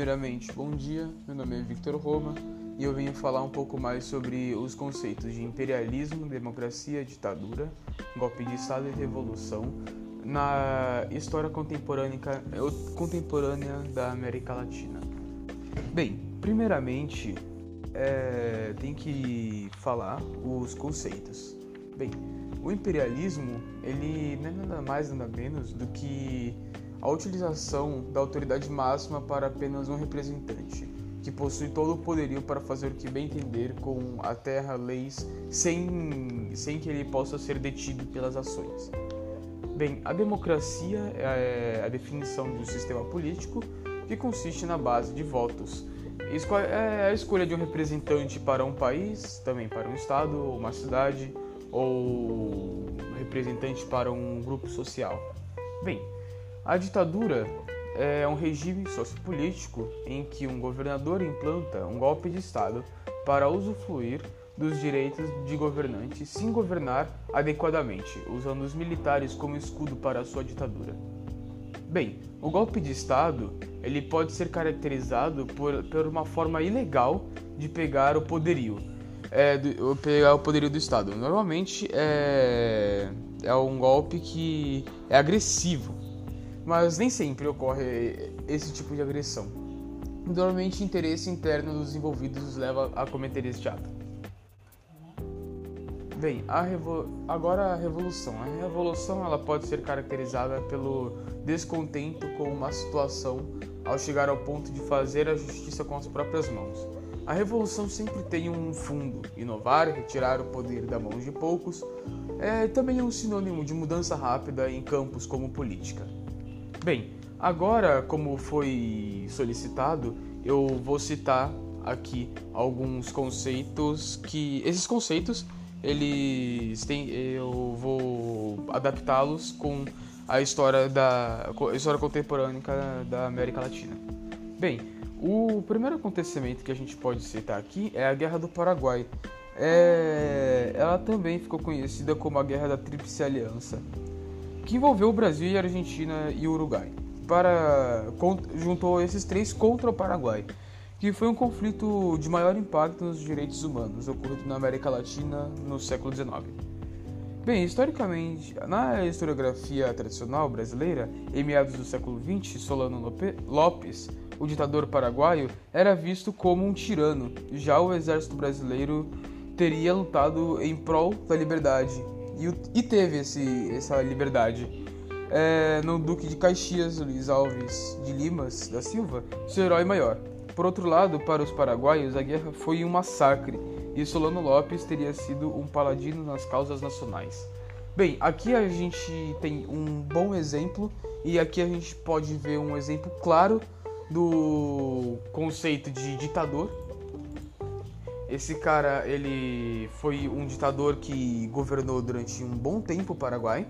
Primeiramente, bom dia, meu nome é Victor Roma e eu venho falar um pouco mais sobre os conceitos de imperialismo, democracia, ditadura, golpe de Estado e revolução na história contemporânea da América Latina. Bem, primeiramente, tem que falar os conceitos. Bem, o imperialismo, ele não é nada mais nada menos do que a utilização da autoridade máxima para apenas um representante, que possui todo o poderio para fazer o que bem entender com a terra, leis, sem que ele possa ser detido pelas ações. Bem, a democracia é a definição de um sistema político que consiste na base de votos. É a escolha de um representante para um país, também para um estado, ou uma cidade, ou representante para um grupo social. Bem, a ditadura é um regime sociopolítico em que um governador implanta um golpe de Estado para usufruir dos direitos de governante sem governar adequadamente, usando os militares como escudo para a sua ditadura. Bem, o golpe de Estado ele pode ser caracterizado por uma forma ilegal de pegar o poderio, do Estado. Normalmente é um golpe que é agressivo, mas nem sempre ocorre esse tipo de agressão. Normalmente, o interesse interno dos envolvidos os leva a cometer este ato. Bem, agora a revolução. A revolução ela pode ser caracterizada pelo descontento com uma situação ao chegar ao ponto de fazer a justiça com as próprias mãos. A revolução sempre tem um fundo: inovar, retirar o poder da mão de poucos. Também é um sinônimo de mudança rápida em campos como política. Bem, agora, como foi solicitado, eu vou citar aqui alguns conceitos esses conceitos, eu vou adaptá-los com a história contemporânea da América Latina. Bem, o primeiro acontecimento que a gente pode citar aqui é a Guerra do Paraguai. Ela também ficou conhecida como a Guerra da Tríplice Aliança, que envolveu o Brasil, a Argentina e o Uruguai. Juntou esses três contra o Paraguai, que foi um conflito de maior impacto nos direitos humanos ocorrido na América Latina no século XIX. Bem, historicamente, na historiografia tradicional brasileira, em meados do século XX, Solano Lopes, o ditador paraguaio, era visto como um tirano. Já o exército brasileiro teria lutado em prol da liberdade e teve essa liberdade. No Duque de Caxias, Luiz Alves de Limas da Silva, seu herói maior. Por outro lado, para os paraguaios, a guerra foi um massacre e Solano Lopes teria sido um paladino nas causas nacionais. Bem, aqui a gente tem um bom exemplo e aqui a gente pode ver um exemplo claro do conceito de ditador. Esse cara, ele foi um ditador que governou durante um bom tempo o Paraguai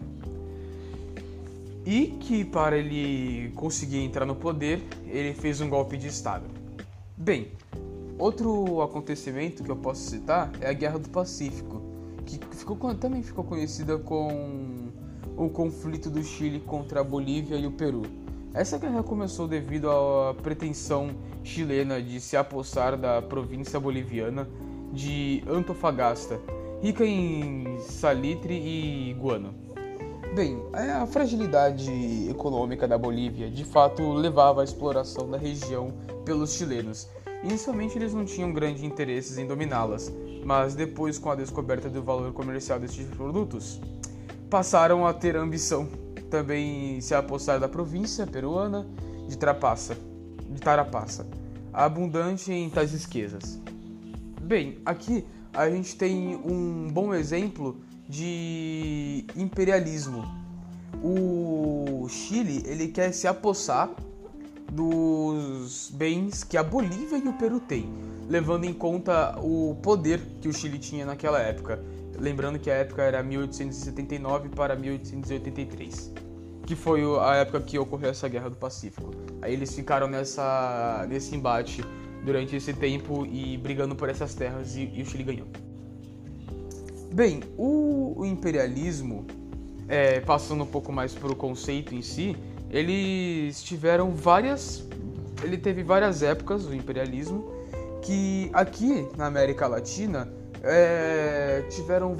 e que, para ele conseguir entrar no poder, ele fez um golpe de Estado. Bem, outro acontecimento que eu posso citar é a Guerra do Pacífico, que também ficou conhecida com o conflito do Chile contra a Bolívia e o Peru. Essa guerra começou devido à pretensão chilena de se apossar da província boliviana de Antofagasta, rica em salitre e guano. Bem, a fragilidade econômica da Bolívia de fato levava à exploração da região pelos chilenos. Inicialmente eles não tinham grandes interesses em dominá-las, mas depois, com a descoberta do valor comercial destes produtos, passaram a ter ambição também se apossar da província peruana de Tarapaça, abundante em tais riquezas. Bem, aqui a gente tem um bom exemplo de imperialismo. O Chile ele quer se apossar dos bens que a Bolívia e o Peru têm, levando em conta o poder que o Chile tinha naquela época. Lembrando que a época era 1879 para 1883, que foi a época que ocorreu essa Guerra do Pacífico. Aí eles ficaram nesse embate durante esse tempo e brigando por essas terras e o Chile ganhou. Bem, o imperialismo, passando um pouco mais para o conceito em si, eles tiveram várias ele teve várias épocas, o imperialismo, que aqui na América Latina tiveram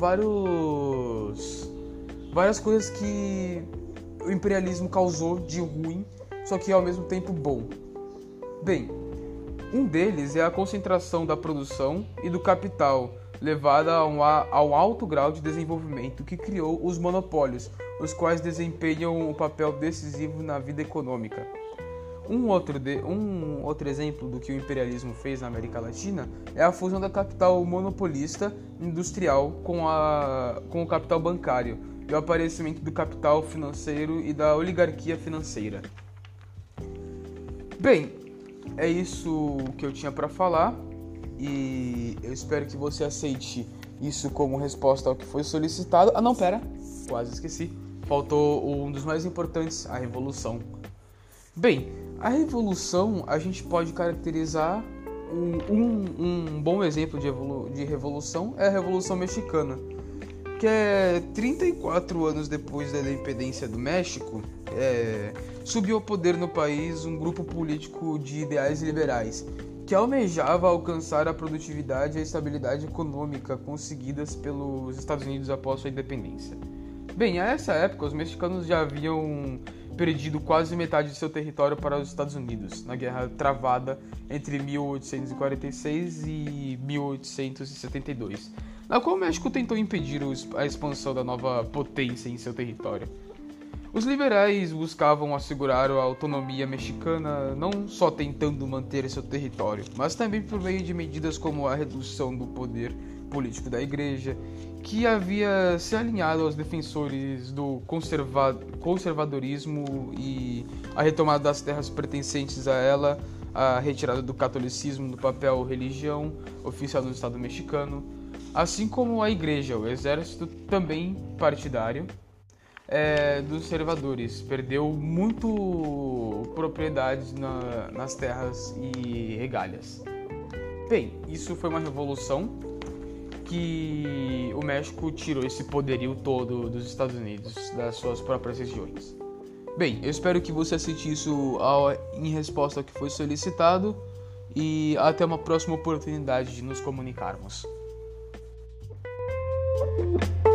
várias coisas que o imperialismo causou de ruim, só que ao mesmo tempo bom. Bem, um deles é a concentração da produção e do capital, levada ao alto grau de desenvolvimento que criou os monopólios, os quais desempenham um papel decisivo na vida econômica. Um outro exemplo do que o imperialismo fez na América Latina é a fusão da capital monopolista industrial com o capital bancário e o aparecimento do capital financeiro e da oligarquia financeira. Bem, é isso que eu tinha para falar e eu espero que você aceite isso como resposta ao que foi solicitado. Ah, não, pera, quase esqueci. Faltou um dos mais importantes, a Revolução. Bem, a Revolução a gente pode caracterizar um bom exemplo de revolução é a Revolução Mexicana, que é 34 anos depois da independência do México, subiu ao poder no país um grupo político de ideais liberais que almejava alcançar a produtividade e a estabilidade econômica conseguidas pelos Estados Unidos após sua independência. Bem, a essa época os mexicanos já haviam perdido quase metade de seu território para os Estados Unidos, na guerra travada entre 1846 e 1872, na qual o México tentou impedir a expansão da nova potência em seu território. Os liberais buscavam assegurar a autonomia mexicana não só tentando manter seu território, mas também por meio de medidas como a redução do poder político da Igreja, que havia se alinhado aos defensores do conservadorismo e a retomada das terras pertencentes a ela, a retirada do catolicismo do papel religião oficial do Estado mexicano, assim como a Igreja, o exército também partidário dos conservadores, perdeu muito propriedades nas terras e regálias. Bem, isso foi uma revolução que o México tirou esse poderio todo dos Estados Unidos, das suas próprias regiões. Bem, eu espero que você aceite isso em resposta ao que foi solicitado e até uma próxima oportunidade de nos comunicarmos.